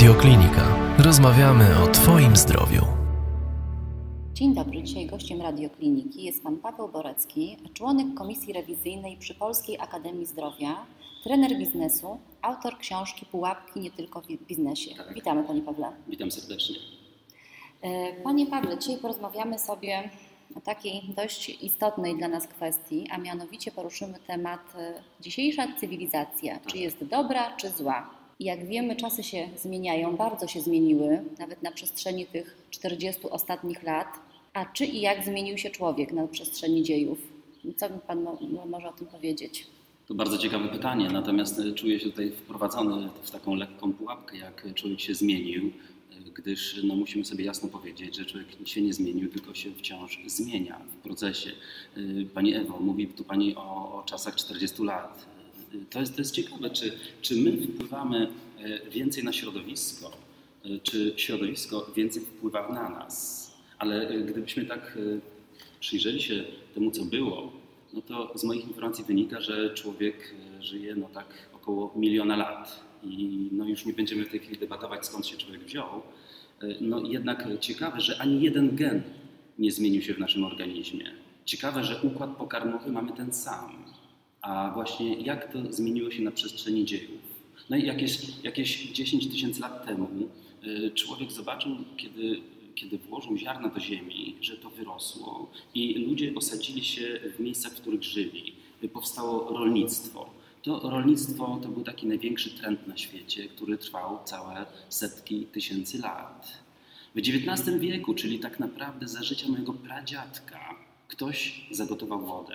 Radioklinika. Rozmawiamy o Twoim zdrowiu. Dzień dobry. Dzisiaj gościem Radiokliniki jest pan Paweł Borecki, członek Komisji Rewizyjnej przy Polskiej Akademii Zdrowia, trener biznesu, autor książki Pułapki nie tylko w biznesie. Tak. Witamy panie Pawle. Witam serdecznie. Panie Pawle, dzisiaj porozmawiamy sobie o takiej dość istotnej dla nas kwestii, a mianowicie poruszymy temat dzisiejsza cywilizacja. Czy jest dobra, czy zła? I jak wiemy, czasy się zmieniają, bardzo się zmieniły, nawet na przestrzeni tych 40 ostatnich lat. A czy i jak zmienił się człowiek na przestrzeni dziejów? Co by pan może o tym powiedzieć? To bardzo ciekawe pytanie, natomiast czuję się tutaj wprowadzony w taką lekką pułapkę, jak człowiek się zmienił, gdyż musimy sobie jasno powiedzieć, że człowiek się nie zmienił, tylko się wciąż zmienia w procesie. Pani Ewo, mówi tu Pani o czasach 40 lat. To jest ciekawe, czy my wpływamy więcej na środowisko, czy środowisko więcej wpływa na nas. Ale gdybyśmy tak przyjrzeli się temu, co było, no to z moich informacji wynika, że człowiek żyje tak około 1 000 000 lat. I już nie będziemy w tej chwili debatować, skąd się człowiek wziął. Jednak ciekawe, że ani jeden gen nie zmienił się w naszym organizmie. Ciekawe, że układ pokarmowy mamy ten sam. A właśnie jak to zmieniło się na przestrzeni dziejów? I jakieś 10 000 lat temu człowiek zobaczył, kiedy włożył ziarna do ziemi, że to wyrosło i ludzie osadzili się w miejscach, w których żyli. Powstało rolnictwo. To rolnictwo to był taki największy trend na świecie, który trwał całe setki tysięcy lat. W XIX wieku, czyli tak naprawdę za życia mojego pradziadka, ktoś zagotował wodę.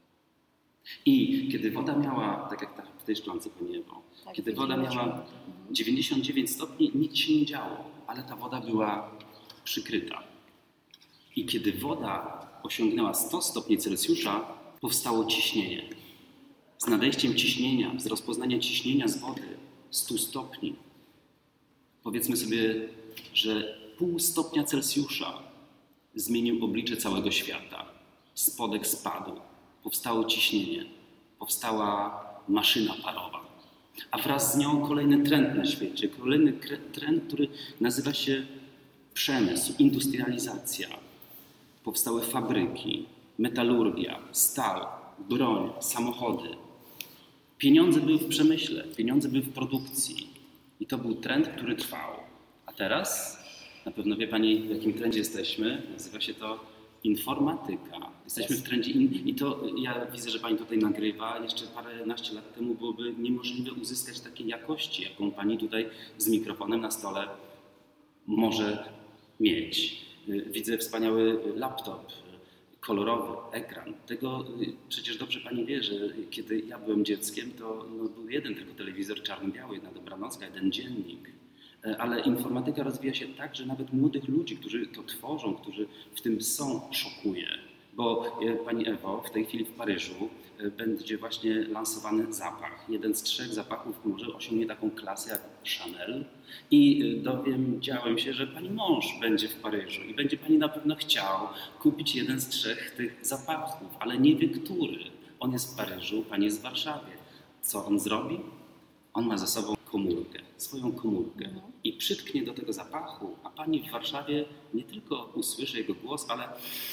I kiedy woda miała, tak jak w tej szklance, Pani Ewo, kiedy woda miała 99 stopni, nic się nie działo, ale ta woda była przykryta. I kiedy woda osiągnęła 100 stopni Celsjusza, powstało ciśnienie. Z nadejściem ciśnienia, z rozpoznania ciśnienia z wody 100 stopni, powiedzmy sobie, że 0,5 stopnia Celsjusza zmienił oblicze całego świata. Spodek spadł. Powstało ciśnienie, powstała maszyna parowa, a wraz z nią kolejny trend na świecie, kolejny trend, który nazywa się przemysł, industrializacja. Powstały fabryki, metalurgia, stal, broń, samochody. Pieniądze były w przemyśle, pieniądze były w produkcji i to był trend, który trwał. A teraz, na pewno wie Pani, w jakim trendzie jesteśmy, nazywa się to informatyka. Jesteśmy w trendzie i to ja widzę, że Pani tutaj nagrywa. Jeszcze paręnaście lat temu byłoby niemożliwe uzyskać takiej jakości, jaką Pani tutaj z mikrofonem na stole może mieć. Widzę wspaniały laptop, kolorowy ekran. Tego przecież dobrze Pani wie, że kiedy ja byłem dzieckiem, to był jeden tylko telewizor czarno-biały, jedna dobranocka, jeden dziennik. Ale informatyka rozwija się tak, że nawet młodych ludzi, którzy to tworzą, którzy w tym są, szokuje. Bo Pani Ewo, w tej chwili w Paryżu będzie właśnie lansowany zapach. Jeden z 3 zapachów może osiągnie taką klasę jak Chanel. I dowiedziałem się, że Pani mąż będzie w Paryżu i będzie Pani na pewno chciał kupić jeden z 3 tych zapachów, ale nie wie który. On jest w Paryżu, Pani jest w Warszawie. Co on zrobi? On ma ze sobą komórkę, swoją komórkę i przytknie do tego zapachu, a Pani w Warszawie nie tylko usłyszy jego głos, ale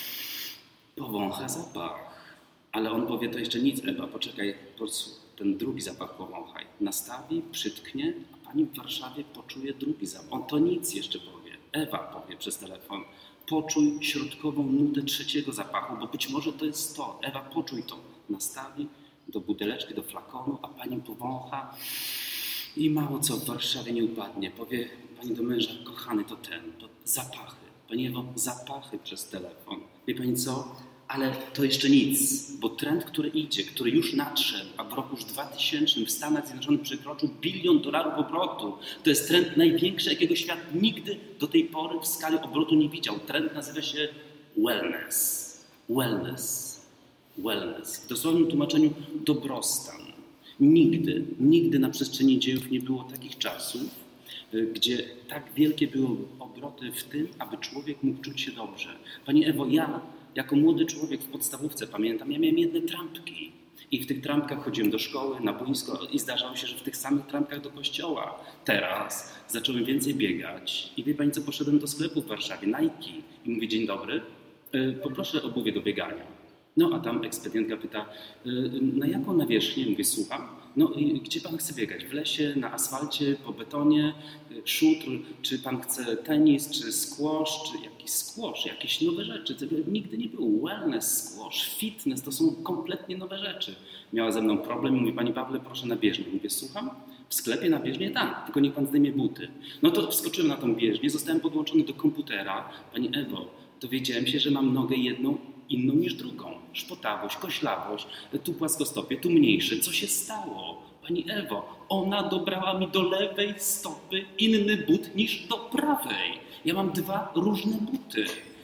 powącha zapach. Ale on powie, to jeszcze nic, Ewa, poczekaj, ten drugi zapach powąchaj. Nastawi, przytknie, a Pani w Warszawie poczuje drugi zapach. On to nic jeszcze powie. Ewa powie przez telefon, poczuj środkową nutę 3. zapachu, bo być może to jest to. Ewa, poczuj to. Nastawi do buteleczki, do flakonu, a Pani powącha i mało co w Warszawie nie upadnie. Powie Pani do męża, kochany, to zapachy. Pani Ewo, zapachy przez telefon. Wie Pani co? Ale to jeszcze nic, bo trend, który idzie, który już nadszedł, a w roku już 2000 w Stanach Zjednoczonych przekroczył $1 bilion obrotu. To jest trend największy, jakiego świat nigdy do tej pory w skali obrotu nie widział. Trend nazywa się wellness. Wellness. W dosłownym tłumaczeniu dobrostan. Nigdy na przestrzeni dziejów nie było takich czasów, gdzie tak wielkie były obroty w tym, aby człowiek mógł czuć się dobrze. Pani Ewo, ja jako młody człowiek w podstawówce pamiętam, ja miałem jedne trampki. I w tych trampkach chodziłem do szkoły, na boisko i zdarzało się, że w tych samych trampkach do kościoła. Teraz zacząłem więcej biegać i wie pani co, poszedłem do sklepu w Warszawie, Nike i mówię: dzień dobry, poproszę obuwie do biegania. No a tam ekspedientka pyta: na jaką nawierzchnię? Mówię: słucham. No i gdzie pan chce biegać? W lesie, na asfalcie, po betonie, szutr, czy pan chce tenis, czy squash, czy jakiś squash, jakieś nowe rzeczy. Tego nigdy nie było. Wellness, squash, fitness, to są kompletnie nowe rzeczy. Miała ze mną problem i mówi: panie Pawle, proszę na bieżnię. Mówię: słucham? W sklepie na bieżnię? Tak, tylko niech pan zdejmie buty. No to wskoczyłem na tą bieżnię, zostałem podłączony do komputera. Pani Ewo, dowiedziałem się, że mam nogę jedną inną niż drugą. Szpotawość, koślawość, tu płaskostopie, tu mniejsze. Co się stało? Pani Ewo, ona dobrała mi do lewej stopy inny but niż do prawej. Ja mam 2 różne buty.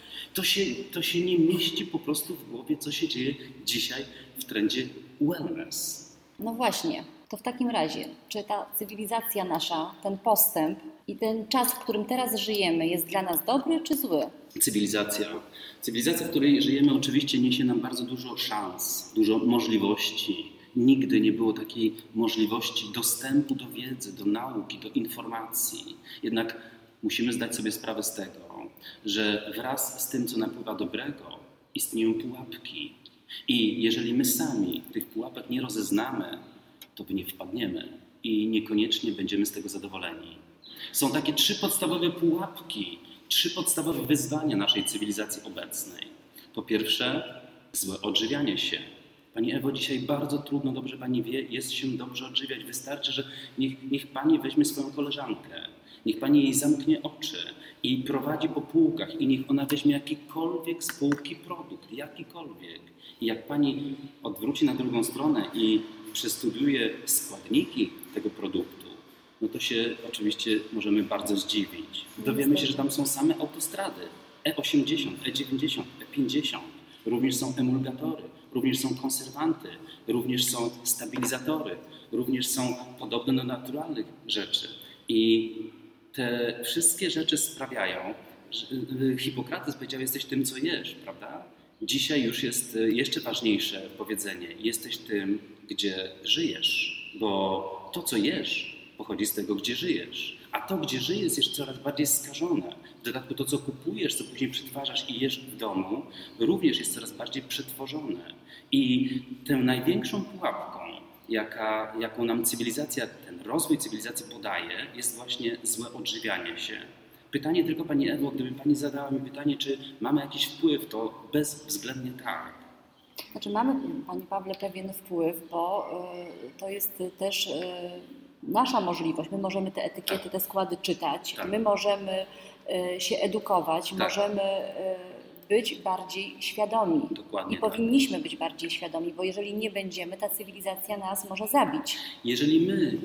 To się nie mieści po prostu w głowie, co się dzieje dzisiaj w trendzie wellness. No właśnie, to w takim razie, czy ta cywilizacja nasza, ten postęp i ten czas, w którym teraz żyjemy, jest dla nas dobry czy zły? Cywilizacja, w której żyjemy, oczywiście niesie nam bardzo dużo szans, dużo możliwości. Nigdy nie było takiej możliwości dostępu do wiedzy, do nauki, do informacji. Jednak musimy zdać sobie sprawę z tego, że wraz z tym, co napływa dobrego, istnieją pułapki. I jeżeli my sami tych pułapek nie rozeznamy, to w nie wpadniemy i niekoniecznie będziemy z tego zadowoleni. Są takie 3 podstawowe pułapki, 3 podstawowe wyzwania naszej cywilizacji obecnej. Po pierwsze, złe odżywianie się. Pani Ewo, dzisiaj bardzo trudno, dobrze pani wie, jest się dobrze odżywiać. Wystarczy, że niech pani weźmie swoją koleżankę, niech pani jej zamknie oczy i prowadzi po półkach i niech ona weźmie jakikolwiek z półki produkt, jakikolwiek. I jak pani odwróci na drugą stronę i przestudiuje składniki tego produktu, no to się oczywiście możemy bardzo zdziwić. Dowiemy się, że tam są same autostrady. E80, E90, E50. Również są emulgatory, również są konserwanty, również są stabilizatory, również są podobne do naturalnych rzeczy. I te wszystkie rzeczy sprawiają, że Hipokrates powiedział: jesteś tym, co jesz, prawda? Dzisiaj już jest jeszcze ważniejsze powiedzenie: jesteś tym, gdzie żyjesz, bo to, co jesz, pochodzi z tego, gdzie żyjesz. A to, gdzie żyjesz, jest coraz bardziej skażone. W dodatku to, co kupujesz, co później przetwarzasz i jesz w domu, również jest coraz bardziej przetworzone. I tę największą pułapką, jaką nam cywilizacja, ten rozwój cywilizacji podaje, jest właśnie złe odżywianie się. Pytanie tylko, pani Ewo, gdyby pani zadała mi pytanie, czy mamy jakiś wpływ, to bezwzględnie tak. Znaczy mamy, panie Pawle, pewien wpływ, bo to jest też nasza możliwość. My możemy te etykiety, te składy czytać, my możemy się edukować, możemy być bardziej świadomi. Dokładnie i powinniśmy być bardziej świadomi, bo jeżeli nie będziemy, ta cywilizacja nas może zabić. Jeżeli my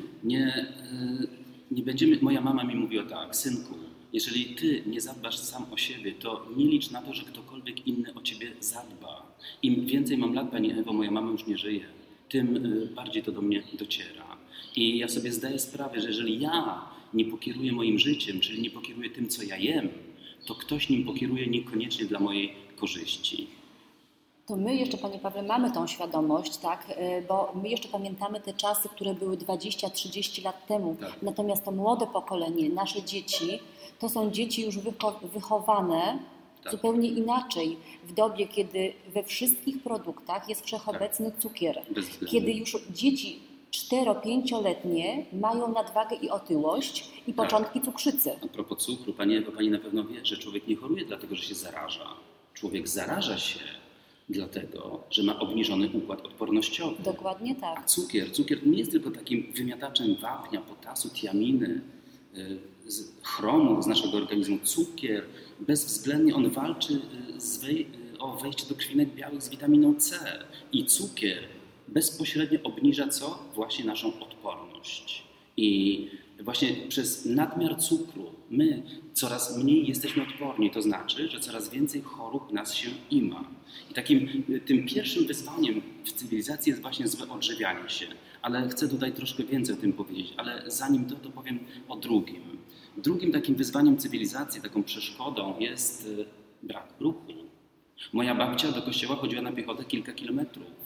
nie będziemy... Moja mama mi mówiła tak: synku, jeżeli ty nie zadbasz sam o siebie, to nie licz na to, że ktokolwiek inny o ciebie zadba. Im więcej mam lat, pani Ewo, moja mama już nie żyje, tym bardziej to do mnie dociera. I ja sobie zdaję sprawę, że jeżeli ja nie pokieruję moim życiem, czyli nie pokieruję tym, co ja jem, to ktoś nim pokieruje niekoniecznie dla mojej korzyści. To my jeszcze, panie Pawle, mamy tą świadomość, tak? Bo my jeszcze pamiętamy te czasy, które były 20-30 lat temu. Tak. Natomiast to młode pokolenie, nasze dzieci, to są dzieci już wychowane zupełnie inaczej. W dobie, kiedy we wszystkich produktach jest wszechobecny cukier. Kiedy już dzieci 4-5-letnie mają nadwagę i otyłość i początki cukrzycy. A propos cukru, pani Ewo, pani na pewno wie, że człowiek nie choruje dlatego, że się zaraża. Człowiek zaraża się dlatego, że ma obniżony układ odpornościowy. Dokładnie tak. A cukier nie jest tylko takim wymiataczem wapnia, potasu, tiaminy, chromu z naszego organizmu. Cukier bezwzględnie on walczy o wejście do krwinek białych z witaminą C. I cukier bezpośrednio obniża co? Właśnie naszą odporność. I właśnie przez nadmiar cukru my coraz mniej jesteśmy odporni. To znaczy, że coraz więcej chorób nas się ima. I tym pierwszym wyzwaniem w cywilizacji jest właśnie złe odżywianie się. Ale chcę tutaj troszkę więcej o tym powiedzieć. Ale zanim to powiem o drugim. Drugim takim wyzwaniem cywilizacji, taką przeszkodą jest brak ruchu. Moja babcia do kościoła chodziła na piechotę kilka kilometrów.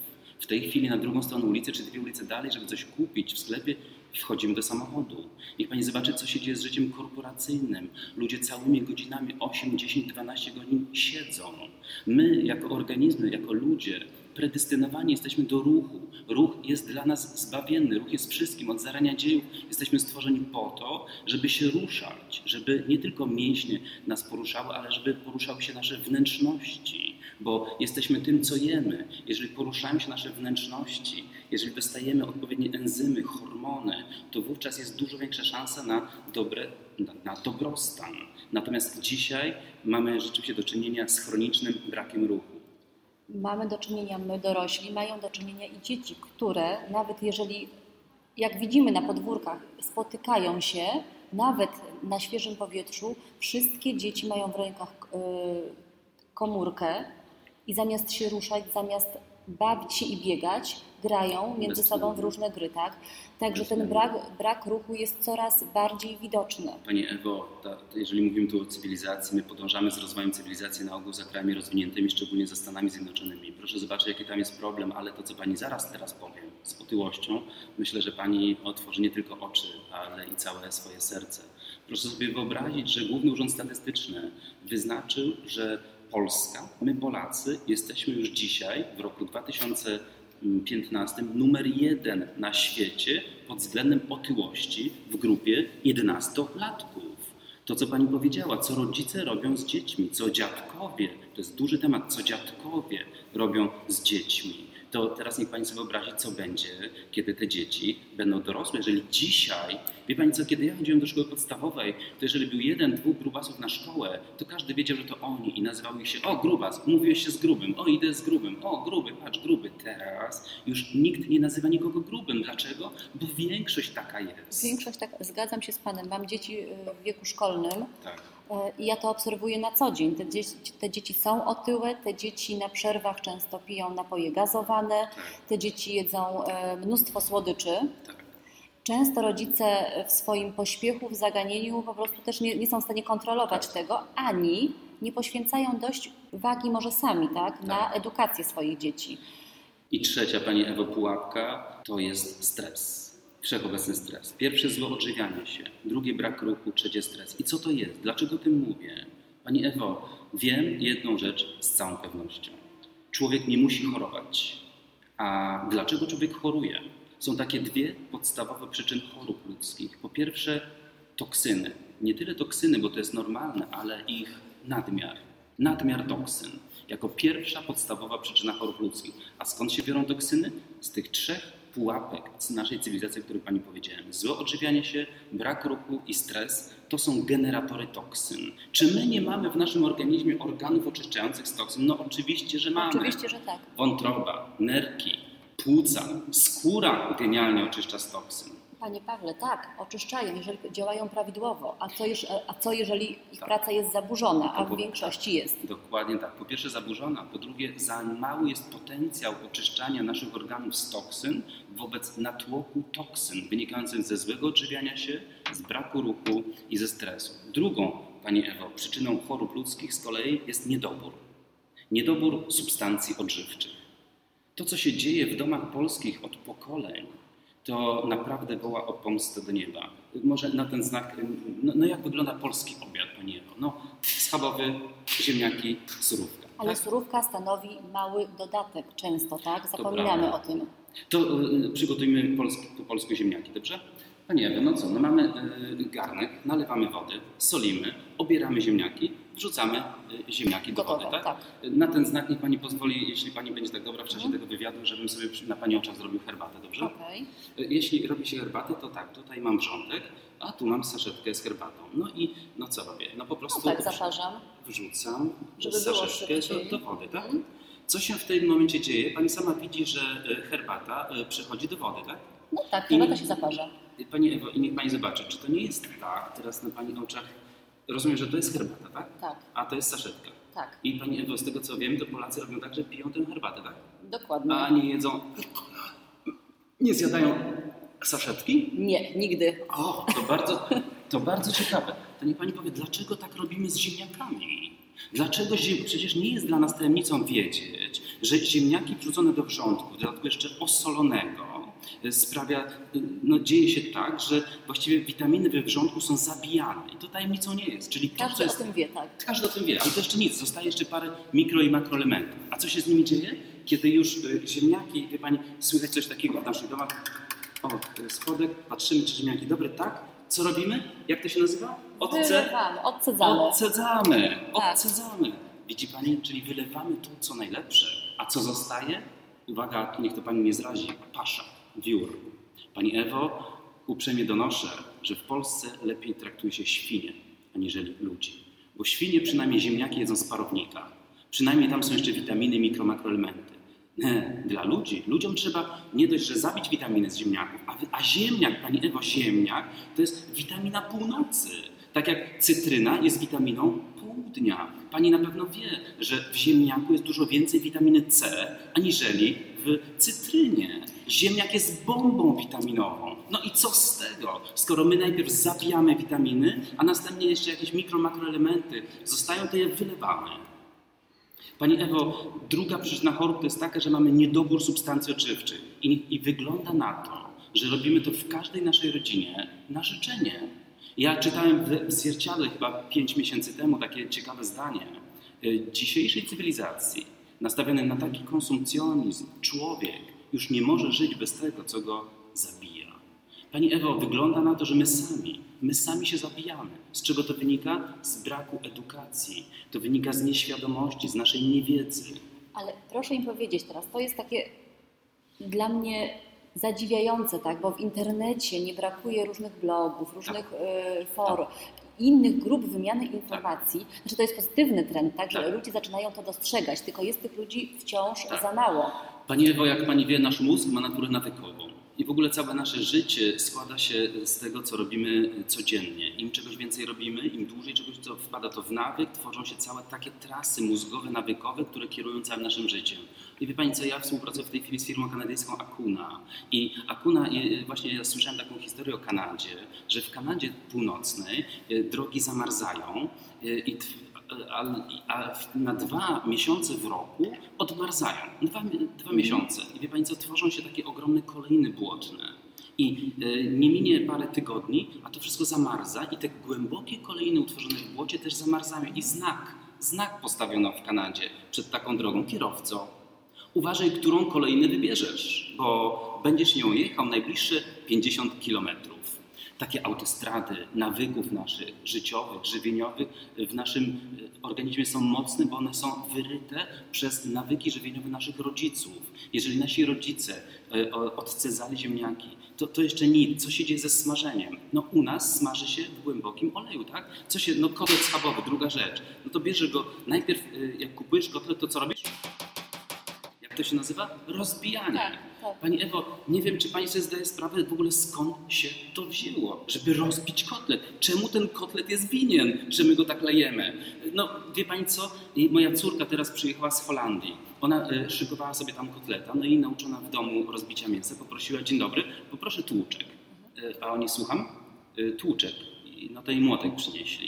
W tej chwili na drugą stronę ulicy, czy 2 ulice dalej, żeby coś kupić w sklepie, wchodzimy do samochodu. Niech pani zobaczy, co się dzieje z życiem korporacyjnym. Ludzie całymi godzinami, 8, 10, 12 godzin siedzą. My, jako organizmy, jako ludzie, predestynowani jesteśmy do ruchu. Ruch jest dla nas zbawienny, ruch jest wszystkim. Od zarania dziejów jesteśmy stworzeni po to, żeby się ruszać, żeby nie tylko mięśnie nas poruszały, ale żeby poruszały się nasze wnętrzności, bo jesteśmy tym, co jemy. Jeżeli poruszają się nasze wnętrzności, jeżeli dostajemy odpowiednie enzymy, hormony, to wówczas jest dużo większa szansa na dobrostan. Natomiast dzisiaj mamy rzeczywiście do czynienia z chronicznym brakiem ruchu. Mamy do czynienia, my dorośli, mają do czynienia i dzieci, które nawet jeżeli, jak widzimy na podwórkach, spotykają się, nawet na świeżym powietrzu, wszystkie dzieci mają w rękach komórkę i zamiast się ruszać, zamiast bawić się i biegać, grają między sobą w różne gry, tak? Także ten brak ruchu jest coraz bardziej widoczny. Pani Ewo, jeżeli mówimy tu o cywilizacji, my podążamy z rozwojem cywilizacji na ogół za krajami rozwiniętymi, szczególnie ze Stanami Zjednoczonymi. Proszę zobaczyć, jaki tam jest problem, ale to, co Pani teraz powiem z otyłością, myślę, że Pani otworzy nie tylko oczy, ale i całe swoje serce. Proszę sobie wyobrazić, że Główny Urząd Statystyczny wyznaczył, że Polska, my Polacy, jesteśmy już dzisiaj, w roku 2015, numer 1 na świecie pod względem otyłości w grupie 11-latków. To, co Pani powiedziała, co rodzice robią z dziećmi, co dziadkowie, to jest duży temat, co dziadkowie robią z dziećmi. To teraz niech Pani sobie wyobrazi, co będzie, kiedy te dzieci będą dorosłe. Jeżeli dzisiaj, wie Pani co, kiedy ja chodziłem do szkoły podstawowej, to jeżeli był 1, 2 grubasów na szkołę, to każdy wiedział, że to oni i nazywał ich się, o grubas, umówiłeś się z grubym, o idę z grubym, o gruby, patrz gruby. Teraz już nikt nie nazywa nikogo grubym. Dlaczego? Bo większość taka jest. Większość tak, zgadzam się z Panem, mam dzieci w wieku szkolnym. Tak. I ja to obserwuję na co dzień. Te dzieci są otyłe, te dzieci na przerwach często piją napoje gazowane, te dzieci jedzą mnóstwo słodyczy. Często rodzice w swoim pośpiechu, w zaganieniu po prostu też nie są w stanie kontrolować tego, ani nie poświęcają dość wagi może sami na edukację swoich dzieci. I trzecia, Pani Ewo, pułapka to jest stres. Wszechobecny stres. Pierwsze złe odżywianie się, drugie brak ruchu, trzecie stres. I co to jest? Dlaczego o tym mówię? Pani Ewo, wiem jedną rzecz z całą pewnością. Człowiek nie musi chorować. A dlaczego człowiek choruje? Są takie 2 podstawowe przyczyny chorób ludzkich. Po pierwsze toksyny. Nie tyle toksyny, bo to jest normalne, ale ich nadmiar. Nadmiar toksyn. Jako pierwsza podstawowa przyczyna chorób ludzkich. A skąd się biorą toksyny? Z tych 3 pułapek z naszej cywilizacji, o których Pani powiedziałem. Złe odżywianie się, brak ruchu i stres to są generatory toksyn. Czy my nie mamy w naszym organizmie organów oczyszczających z toksyn? No oczywiście, że mamy. Oczywiście, że tak. Wątroba, nerki, płuca, skóra genialnie oczyszcza z toksyn. Panie Pawle, tak, oczyszczają, jeżeli działają prawidłowo. A co jeżeli ich praca jest zaburzona, a w większości jest? Dokładnie tak. Po pierwsze zaburzona, po drugie za mały jest potencjał oczyszczania naszych organów z toksyn wobec natłoku toksyn wynikających ze złego odżywiania się, z braku ruchu i ze stresu. Drugą, Pani Ewo, przyczyną chorób ludzkich z kolei jest niedobór. Niedobór substancji odżywczych. To, co się dzieje w domach polskich od pokoleń, to naprawdę woła o pomstę do nieba. Może na ten znak, no jak wygląda polski obiad, Pani Ewo? No, schabowy, ziemniaki, surówka. Ale surówka stanowi mały dodatek często, tak? Zapominamy o tym. To przygotujmy po polsku ziemniaki, dobrze? Pani Ewo, no co, no mamy garnek, nalewamy wody, solimy, obieramy ziemniaki, wrzucamy ziemniaki do wody, tak? Na ten znak niech Pani pozwoli, jeśli Pani będzie tak dobra w czasie tego wywiadu, żebym sobie na Pani oczach zrobił herbatę, dobrze? Okay. Jeśli robi się herbatę, to tak, tutaj mam wrzątek, a tu mam saszetkę z herbatą. No i no co robię? No po prostu zaparzam. Wrzucam saszetkę do wody, tak? Co się w tym momencie dzieje? Pani sama widzi, że herbata przechodzi do wody, tak? No tak, herbata się zaparza. Pani Ewo, i niech Pani zobaczy, czy to nie jest tak, teraz na Pani oczach, rozumiem, że to jest herbata, tak? Tak. A to jest saszetka. Tak. I Pani Ewo, z tego co wiem, to Polacy robią tak, że piją tę herbatę, tak? Dokładnie. A nie jedzą, nie zjadają saszetki? Nie, nigdy. O, to bardzo ciekawe. To niech Pani powie, dlaczego tak robimy z ziemniakami? Dlaczego przecież nie jest dla nas tajemnicą wiedzieć, że ziemniaki wrzucone do wrzątku, w dodatku jeszcze osolonego, dzieje się tak, że właściwie witaminy we wrzątku są zabijane. I to tajemnicą nie jest. Czyli Każdy o tym wie, tak. Każdy o tym wie. Ale to jeszcze nic. Zostaje jeszcze parę mikro i makroelementów. A co się z nimi dzieje? Kiedy już ziemniaki, wie pani, słychać coś takiego w naszych domach. O, spodek, patrzymy, czy ziemniaki dobre, tak? Co robimy? Jak to się nazywa? Odcedzamy. Widzi pani, czyli wylewamy to, co najlepsze. A co zostaje? Uwaga, niech to pani nie zrazi. Pasza, wiór. Pani Ewo, uprzejmie donoszę, że w Polsce lepiej traktuje się świnie, aniżeli ludzi. Bo świnie, przynajmniej ziemniaki, jedzą z parownika. Przynajmniej tam są jeszcze witaminy, mikro, makroelementy. Dla ludzi. Ludziom trzeba nie dość, że zabić witaminy z ziemniaków, a ziemniak, pani Ewo, ziemniak to jest witamina północy. Tak jak cytryna jest witaminą południa. Pani na pewno wie, że w ziemniaku jest dużo więcej witaminy C, aniżeli w cytrynie. Ziemniak jest bombą witaminową. No i co z tego? Skoro my najpierw zabijamy witaminy, a następnie jeszcze jakieś mikro, makroelementy zostają, to je wylewamy. Pani Ewo, druga przyczyna chorób to jest taka, że mamy niedobór substancji odżywczych. I wygląda na to, że robimy to w każdej naszej rodzinie na życzenie. Ja czytałem w Zwierciadle chyba 5 miesięcy temu takie ciekawe zdanie. Dzisiejszej cywilizacji, nastawionej na taki konsumpcjonizm, człowiek już nie może żyć bez tego, co go zabija. Pani Ewo, wygląda na to, że my sami się zabijamy. Z czego to wynika? Z braku edukacji. To wynika z nieświadomości, z naszej niewiedzy. Ale proszę mi powiedzieć teraz, to jest takie dla mnie zadziwiające, tak? Bo w internecie nie brakuje różnych blogów, różnych forów, innych grup wymiany informacji. Znaczy to jest pozytywny trend, tak? Że ludzie zaczynają to dostrzegać, tylko jest tych ludzi wciąż za mało. Pani Ewo, jak pani wie, nasz mózg ma naturę nawykową. I w ogóle całe nasze życie składa się z tego, co robimy codziennie. Im czegoś więcej robimy, im dłużej czegoś, co wpada to w nawyk, tworzą się całe takie trasy mózgowe, nawykowe, które kierują całym naszym życiem. I wie pani co, ja współpracuję w tej chwili z firmą kanadyjską Acuna. I Acuna, właśnie ja słyszałem taką historię o Kanadzie, że w Kanadzie Północnej drogi zamarzają a na 2 miesiące w roku odmarzają. 2 miesiące. I wie pani co, tworzą się takie ogromne kolejny błotne. I nie minie parę tygodni, a to wszystko zamarza i te głębokie kolejny utworzone w błocie też zamarzają. I znak postawiono w Kanadzie przed taką drogą. Kierowco, uważaj, którą kolejny wybierzesz, bo będziesz nią jechał najbliższe 50 kilometrów. Takie autostrady nawyków naszych życiowych, żywieniowych w naszym organizmie są mocne, bo one są wyryte przez nawyki żywieniowe naszych rodziców. Jeżeli nasi rodzice odcedzali ziemniaki, to jeszcze nic. Co się dzieje ze smażeniem? No u nas smaży się w głębokim oleju, tak? Kotlet schabowy, druga rzecz. No to bierzesz go, najpierw jak kupujesz kotlet, to co robisz? Jak to się nazywa? Rozbijanie. Tak. Pani Ewo, nie wiem, czy pani sobie zdaje sprawę w ogóle skąd się to wzięło, żeby rozbić kotlet. Czemu ten kotlet jest winien, że my go tak lejemy? No, wie pani co? Moja córka teraz przyjechała z Holandii. Ona szykowała sobie tam kotleta, no i nauczona w domu rozbicia mięsa poprosiła, dzień dobry, poproszę tłuczek. A oni, słucham? Tłuczek. No to i młotek przynieśli.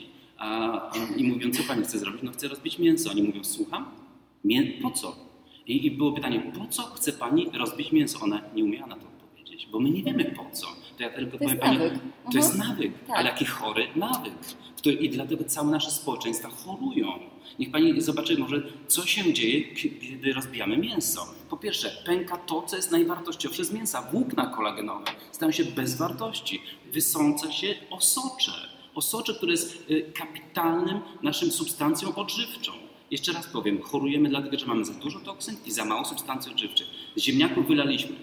I mówią, co pani chce zrobić? No chcę rozbić mięso. Oni mówią, słucham? Po co? I było pytanie, po co chce pani rozbić mięso? Ona nie umiała na to odpowiedzieć, bo my nie wiemy po co. To ja tylko powiem pani, to jest nawyk, tak. Ale jaki chory nawyk. I dlatego całe nasze społeczeństwa chorują. Niech pani zobaczy może, co się dzieje, kiedy rozbijamy mięso. Po pierwsze, pęka to, co jest najwartościowsze z mięsa. Włókna kolagenowe stają się bez wartości. Wysąca się osocze. Osocze, które jest kapitalnym naszym substancją odżywczą. Jeszcze raz powiem, chorujemy dlatego, że mamy za dużo toksyn i za mało substancji odżywczych. Z ziemniaków wylaliśmy,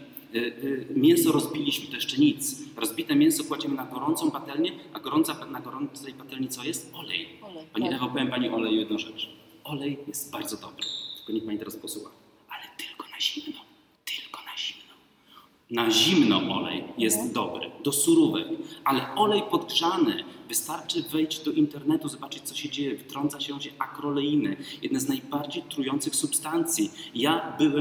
mięso rozbiliśmy, to jeszcze nic. Rozbite mięso kładziemy na gorącą patelnię, a na gorącej patelni co jest? Olej. Pani Ewo, powiem pani o oleju jedną rzecz. Olej jest bardzo dobry, tylko niech pani teraz posłucha. Ale tylko na zimno. Tylko na zimno. Na zimno olej jest dobry, do surówek, ale olej podgrzany, wystarczy wejść do internetu, zobaczyć co się dzieje, wtrąca się akroleiny, jedna z najbardziej trujących substancji. Ja byłem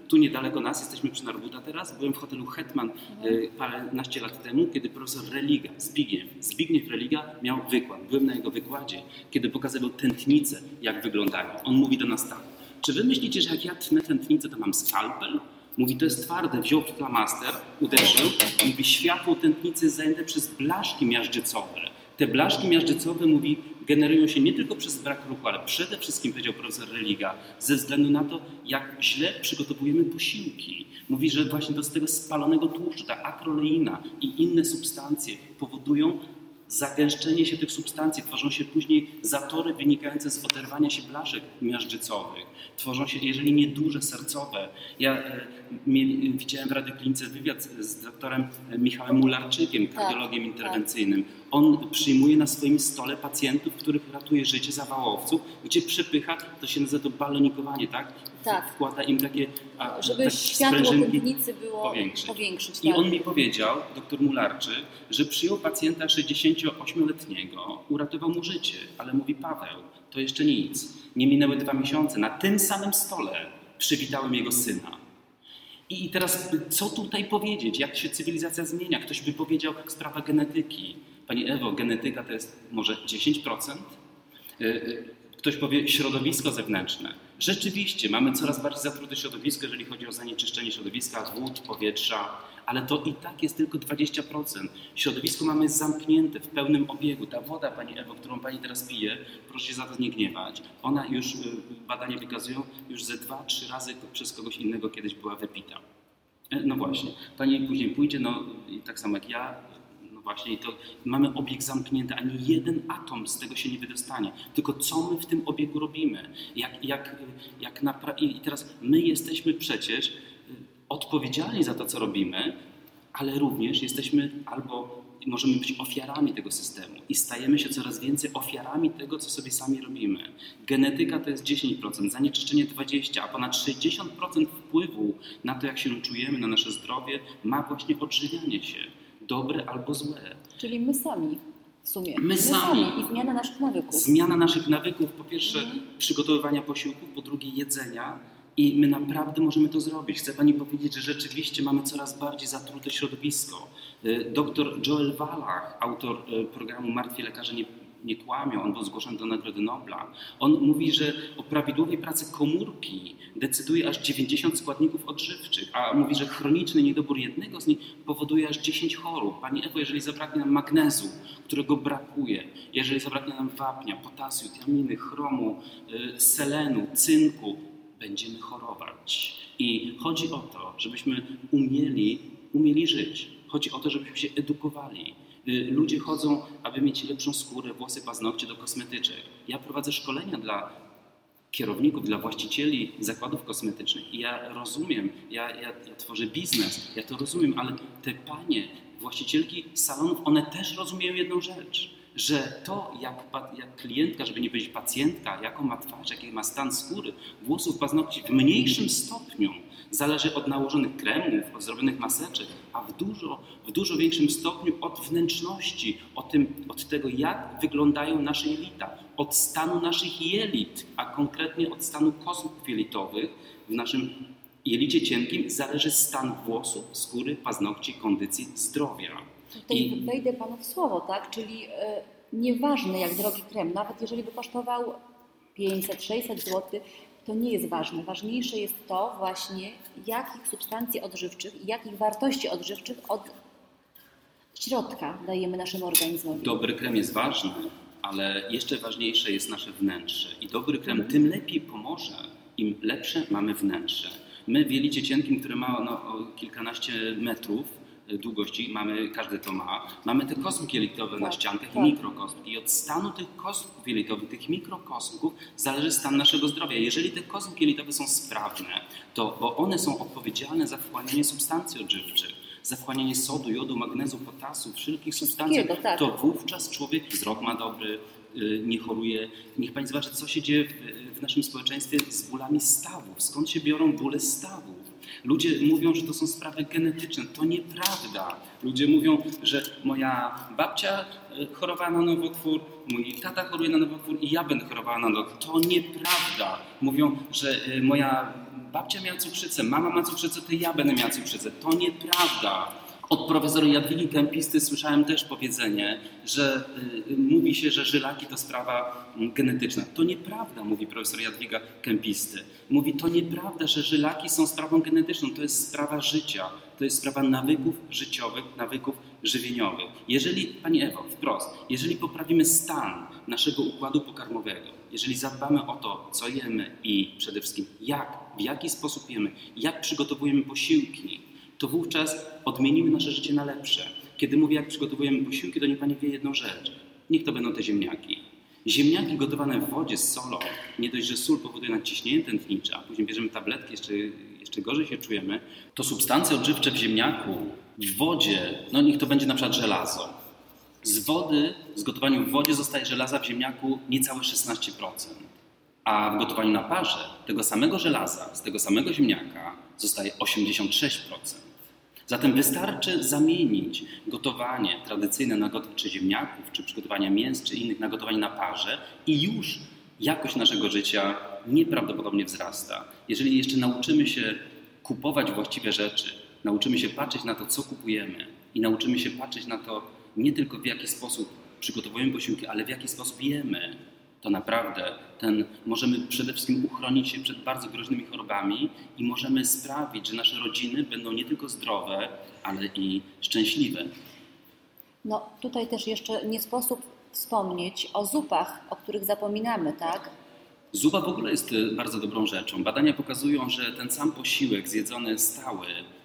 tu niedaleko nas, jesteśmy przy Narbuta teraz, byłem w hotelu Hetman paręnaście lat temu, kiedy profesor Religa, Zbigniew Religa miał wykład. Byłem na jego wykładzie, kiedy pokazywał tętnice, jak wyglądają. On mówi do nas tak: czy wy myślicie, że jak ja tnę tętnicę, to mam skalpel? Mówi, to jest twarde, wziął flamaster, uderzył, mówi, światło tętnicy jest zajęte przez blaszki miażdżycowe. Te blaszki miażdżycowe, mówi, generują się nie tylko przez brak ruchu, ale przede wszystkim, powiedział profesor Religa, ze względu na to, jak źle przygotowujemy posiłki. Mówi, że właśnie z tego spalonego tłuszczu, ta akroleina i inne substancje powodują zagęszczenie się tych substancji, tworzą się później zatory wynikające z oderwania się blaszek miażdżycowych. Tworzą się, jeżeli nie duże, sercowe. Ja widziałem w radioklinice wywiad z doktorem Michałem Mularczykiem, kardiologiem interwencyjnym. On przyjmuje na swoim stole pacjentów, których ratuje życie, zawałowców, gdzie przepycha, to się nazywa to balonikowanie, tak? Wkłada im takie żeby światło tętnicy było powiększyć. I on mi powiedział, doktor Mularczyk, że przyjął pacjenta 68-letniego, uratował mu życie, ale mówi, Paweł, to jeszcze nic. Nie minęły 2 miesiące, na tym samym stole przywitałem jego syna. I teraz co tutaj powiedzieć? Jak się cywilizacja zmienia? Ktoś by powiedział, sprawa genetyki. Pani Ewo, genetyka to jest może 10%? Ktoś powie środowisko zewnętrzne. Rzeczywiście mamy coraz bardziej zatrute środowisko, jeżeli chodzi o zanieczyszczenie środowiska, wód, powietrza, ale to i tak jest tylko 20%. Środowisko mamy zamknięte w pełnym obiegu. Ta woda, Pani Ewo, którą Pani teraz pije, proszę się za to nie gniewać, ona już, badania wykazują, już ze 2-3 razy przez kogoś innego kiedyś była wypita. No właśnie, Pani później pójdzie, no i tak samo jak ja, właśnie, to mamy obieg zamknięty, ani jeden atom z tego się nie wydostanie. Tylko co my w tym obiegu robimy? I teraz my jesteśmy przecież odpowiedzialni za to, co robimy, ale również jesteśmy albo możemy być ofiarami tego systemu i stajemy się coraz więcej ofiarami tego, co sobie sami robimy. Genetyka to jest 10%, zanieczyszczenie 20%, a ponad 60% wpływu na to, jak się czujemy, na nasze zdrowie, ma właśnie odżywianie się. Dobre albo złe. Czyli my sami w sumie. My sami. I zmiana naszych nawyków. Zmiana naszych nawyków, po pierwsze przygotowywania posiłków, po drugie jedzenia i my naprawdę możemy to zrobić. Chcę Pani powiedzieć, że rzeczywiście mamy coraz bardziej zatrute środowisko. Dr Joel Wallach, autor programu Martwi lekarze nie kłamią, on był zgłoszony do Nagrody Nobla. On mówi, że o prawidłowej pracy komórki decyduje aż 90 składników odżywczych, a mówi, że chroniczny niedobór jednego z nich powoduje aż 10 chorób. Pani Ewo, jeżeli zabraknie nam magnezu, którego brakuje, jeżeli zabraknie nam wapnia, potasiu, tiaminy, chromu, selenu, cynku, będziemy chorować. I chodzi o to, żebyśmy umieli żyć. Chodzi o to, żebyśmy się edukowali. Ludzie chodzą, aby mieć lepszą skórę, włosy, paznokcie do kosmetyczek. Ja prowadzę szkolenia dla kierowników, dla właścicieli zakładów kosmetycznych i ja rozumiem, ja tworzę biznes, ja to rozumiem, ale te panie, właścicielki salonów, one też rozumieją jedną rzecz, że to jak klientka, żeby nie powiedzieć pacjentka, jaką ma twarz, jaki ma stan skóry, włosów, paznokci w mniejszym stopniu zależy od nałożonych kremów, od zrobionych maseczek, a w dużo większym stopniu od wnętrzności, od tego, jak wyglądają nasze jelita, od stanu naszych jelit, a konkretnie od stanu kostków jelitowych. W naszym jelicie cienkim zależy stan włosów, skóry, paznokci, kondycji, zdrowia. Tutaj wejdę Panu w słowo, tak? Czyli nieważne jak drogi krem, nawet jeżeli by kosztował 500-600 zł, to nie jest ważne. Ważniejsze jest to właśnie, jakich substancji odżywczych i jakich wartości odżywczych od środka dajemy naszemu organizmowi. Dobry krem jest ważny, ale jeszcze ważniejsze jest nasze wnętrze. I dobry krem tym lepiej pomoże, im lepsze mamy wnętrze. My w jelicie cienkim, które ma kilkanaście metrów długości, każdy to ma, mamy te kostki jelitowe na ściankach i mikrokostki. I od stanu tych kostków jelitowych, tych mikrokostków zależy stan naszego zdrowia. Jeżeli te kostki jelitowe są sprawne, bo one są odpowiedzialne za wchłanianie substancji odżywczych, za wchłanianie sodu, jodu, magnezu, potasu, wszelkich substancji, to wówczas człowiek wzrok ma dobry, nie choruje. Niech Pani zobaczy, co się dzieje w naszym społeczeństwie z bólami stawów. Skąd się biorą bóle stawów? Ludzie mówią, że to są sprawy genetyczne. To nieprawda. Ludzie mówią, że moja babcia chorowała na nowotwór, mój tata choruje na nowotwór i ja będę chorowała na nowotwór. To nieprawda. Mówią, że moja babcia miała cukrzycę, mama ma cukrzycę, to ja będę miała cukrzycę. To nieprawda. Od profesora Jadwigi Kempisty słyszałem też powiedzenie, że mówi się, że żylaki to sprawa genetyczna. To nieprawda, mówi profesor Jadwiga Kempisty. Mówi, to nieprawda, że żylaki są sprawą genetyczną. To jest sprawa życia. To jest sprawa nawyków życiowych, nawyków żywieniowych. Jeżeli, Pani Ewo, wprost, jeżeli poprawimy stan naszego układu pokarmowego, jeżeli zadbamy o to, co jemy i przede wszystkim w jaki sposób jemy, jak przygotowujemy posiłki, to wówczas odmienimy nasze życie na lepsze. Kiedy mówię, jak przygotowujemy posiłki, to niech Pani wie jedną rzecz. Niech to będą te ziemniaki. Ziemniaki gotowane w wodzie z solą, nie dość, że sól powoduje nadciśnienie tętnicze, a później bierzemy tabletki, jeszcze gorzej się czujemy, to substancje odżywcze w ziemniaku, w wodzie, no niech to będzie na przykład żelazo. Z wody, z gotowaniem w wodzie zostaje żelaza w ziemniaku niecałe 16%. A w gotowaniu na parze tego samego żelaza, z tego samego ziemniaka zostaje 86%. Zatem wystarczy zamienić gotowanie tradycyjne na czy ziemniaków, czy przygotowania mięs, czy innych na gotowanie na parze i już jakość naszego życia nieprawdopodobnie wzrasta. Jeżeli jeszcze nauczymy się kupować właściwe rzeczy, nauczymy się patrzeć na to, co kupujemy i nauczymy się patrzeć na to nie tylko w jaki sposób przygotowujemy posiłki, ale w jaki sposób jemy, to naprawdę możemy przede wszystkim uchronić się przed bardzo groźnymi chorobami i możemy sprawić, że nasze rodziny będą nie tylko zdrowe, ale i szczęśliwe. No tutaj też jeszcze nie sposób wspomnieć o zupach, o których zapominamy, tak? Zupa w ogóle jest bardzo dobrą rzeczą. Badania pokazują, że ten sam posiłek zjedzony stały,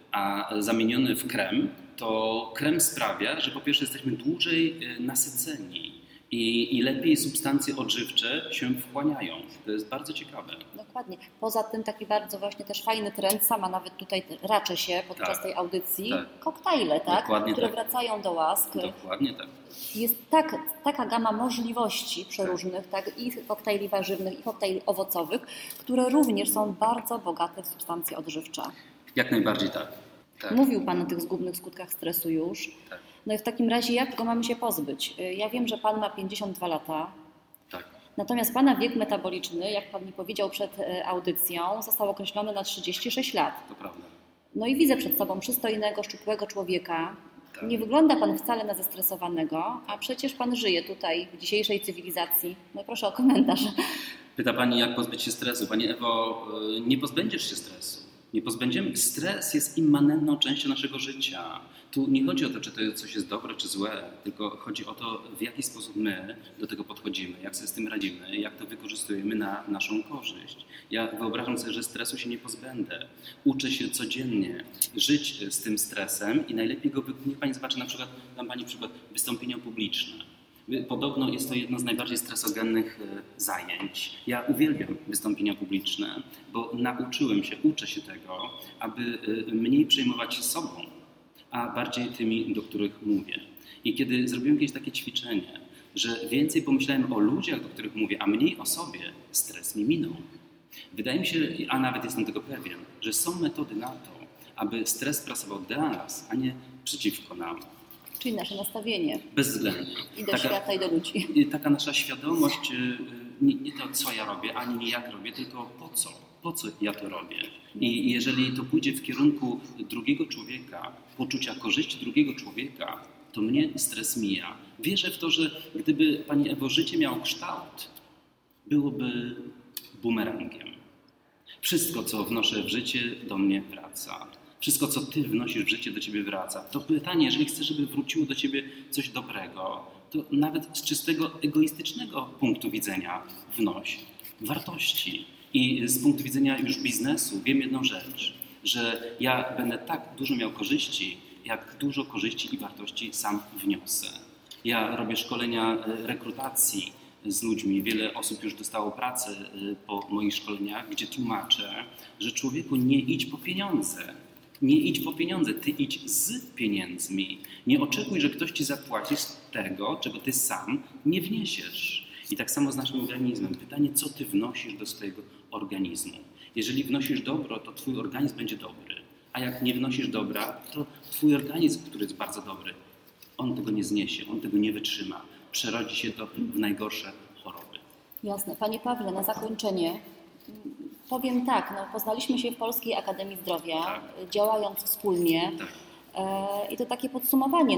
a zamieniony w krem, to krem sprawia, że po pierwsze jesteśmy dłużej nasyceni. I lepiej substancje odżywcze się wchłaniają. To jest bardzo ciekawe. Dokładnie. Poza tym taki bardzo właśnie też fajny trend, sama nawet tutaj raczę się podczas tej audycji, koktajle, tak? Dokładnie które tak. wracają do łask. Dokładnie tak. Jest taka gama możliwości przeróżnych, tak? I koktajli warzywnych, i koktajli owocowych, które również są bardzo bogate w substancje odżywcze. Jak najbardziej tak. Mówił Pan o tych zgubnych skutkach stresu już. Tak. No i w takim razie jak go mamy się pozbyć? Ja wiem, że Pan ma 52 lata. Tak. Natomiast Pana wiek metaboliczny, jak Pan mi powiedział przed audycją, został określony na 36 lat. To prawda. No i widzę przed sobą przystojnego, szczupłego człowieka. Tak. Nie wygląda Pan wcale na zestresowanego, a przecież Pan żyje tutaj w dzisiejszej cywilizacji. No proszę o komentarz. Pyta Pani, jak pozbyć się stresu. Pani Ewo, nie pozbędziesz się stresu. Nie pozbędziemy. Stres jest immanentną częścią naszego życia. Tu nie chodzi o to, czy to coś jest dobre, czy złe, tylko chodzi o to, w jaki sposób my do tego podchodzimy, jak sobie z tym radzimy, jak to wykorzystujemy na naszą korzyść. Ja wyobrażam sobie, że stresu się nie pozbędę. Uczę się codziennie żyć z tym stresem i najlepiej niech Pani zobaczy dam Pani przykład, wystąpienia publiczne. Podobno jest to jedno z najbardziej stresogennych zajęć. Ja uwielbiam wystąpienia publiczne, bo uczę się tego, aby mniej przejmować się sobą, a bardziej tymi, do których mówię. I kiedy zrobiłem kiedyś takie ćwiczenie, że więcej pomyślałem o ludziach, do których mówię, a mniej o sobie, stres mi minął. Wydaje mi się, a nawet jestem tego pewien, że są metody na to, aby stres pracował dla nas, a nie przeciwko nam. Czyli nasze nastawienie. Bezwzględnie. I do świata, i do ludzi. Taka nasza świadomość, nie to, co ja robię, ani nie jak robię, tylko po co. Po co ja to robię? I jeżeli to pójdzie w kierunku drugiego człowieka, poczucia korzyści drugiego człowieka, to mnie stres mija. Wierzę w to, że gdyby Pani Ewo życie miało kształt, byłoby bumerangiem. Wszystko, co wnoszę w życie, do mnie wraca. Wszystko, co Ty wnosisz w życie, do Ciebie wraca. To pytanie, jeżeli chcesz, żeby wróciło do Ciebie coś dobrego, to nawet z czystego egoistycznego punktu widzenia wnoś wartości. I z punktu widzenia już biznesu wiem jedną rzecz, że ja będę tak dużo miał korzyści, jak dużo korzyści i wartości sam wniosę. Ja robię szkolenia rekrutacji z ludźmi. Wiele osób już dostało pracę po moich szkoleniach, gdzie tłumaczę, że człowieku nie idź po pieniądze. Nie idź po pieniądze, Ty idź z pieniędzmi. Nie oczekuj, że ktoś Ci zapłaci z tego, czego Ty sam nie wniesiesz. I tak samo z naszym organizmem. Pytanie, co Ty wnosisz do swojego organizmu. Jeżeli wnosisz dobro, to Twój organizm będzie dobry. A jak nie wnosisz dobra, to twój organizm, który jest bardzo dobry, on tego nie zniesie, on tego nie wytrzyma. Przerodzi się to w najgorsze choroby. Jasne. Panie Pawle, na zakończenie powiem tak, poznaliśmy się w Polskiej Akademii Zdrowia, działając wspólnie. Tak. I to takie podsumowanie.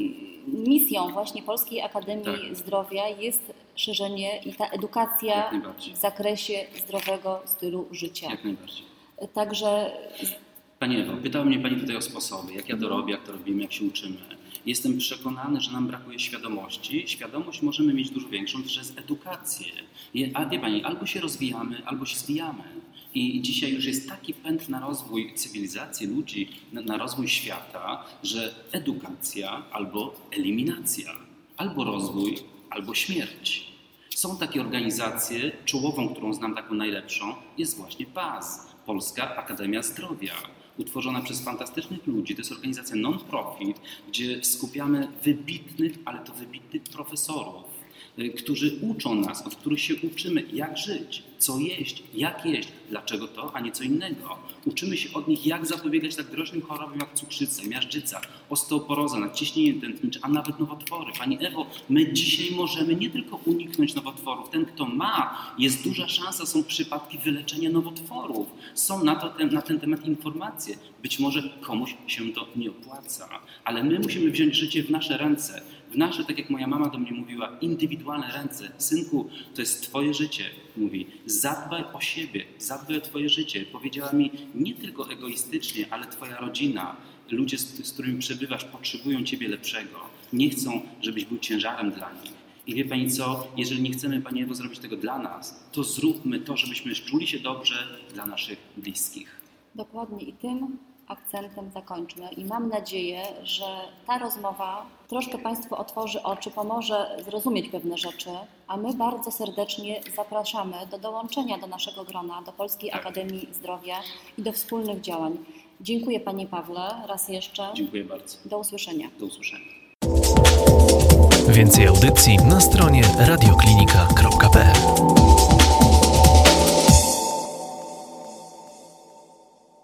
Misją właśnie Polskiej Akademii Zdrowia jest szerzenie i ta edukacja w zakresie zdrowego stylu życia. Jak najbardziej. Także... Pani Ewo, pytała mnie Pani tutaj o sposoby, jak ja to robię, jak to robimy, jak się uczymy. Jestem przekonany, że nam brakuje świadomości. Świadomość możemy mieć dużo większą przez edukację. A wie Pani, albo się rozwijamy, albo się zwijamy. I dzisiaj już jest taki pęd na rozwój cywilizacji ludzi, na rozwój świata, że edukacja albo eliminacja, albo rozwój, albo śmierć. Są takie organizacje, czołową, którą znam taką najlepszą, jest właśnie PAZ, Polska Akademia Zdrowia. Utworzona przez fantastycznych ludzi. To jest organizacja non-profit, gdzie skupiamy wybitnych, ale to wybitnych profesorów, którzy uczą nas, od których się uczymy, jak żyć, co jeść, jak jeść, dlaczego to, a nie co innego. Uczymy się od nich, jak zapobiegać tak groźnym chorobom jak cukrzyca, miażdżyca, osteoporoza, nadciśnienie tętnicze, a nawet nowotwory. Pani Ewo, my dzisiaj możemy nie tylko uniknąć nowotworów. Ten, kto ma, jest duża szansa, są przypadki wyleczenia nowotworów. Są na ten temat informacje. Być może komuś się to nie opłaca, ale my musimy wziąć życie w nasze ręce. W nasze, tak jak moja mama do mnie mówiła, indywidualne ręce. Synku, to jest twoje życie, mówi. Zadbaj o siebie, zadbaj o twoje życie. Powiedziała mi nie tylko egoistycznie, ale twoja rodzina, ludzie, z którymi przebywasz, potrzebują ciebie lepszego. Nie chcą, żebyś był ciężarem dla nich. I wie Pani co, jeżeli nie chcemy, Pani Ewo, zrobić tego dla nas, to zróbmy to, żebyśmy czuli się dobrze dla naszych bliskich. Dokładnie i tym akcentem zakończmy. I mam nadzieję, że ta rozmowa troszkę Państwu otworzy oczy, pomoże zrozumieć pewne rzeczy, a my bardzo serdecznie zapraszamy do dołączenia do naszego grona, do Polskiej Akademii Zdrowia i do wspólnych działań. Dziękuję Panie Pawle raz jeszcze. Dziękuję bardzo. Do usłyszenia. Do usłyszenia. Więcej audycji na stronie radioklinika.pl.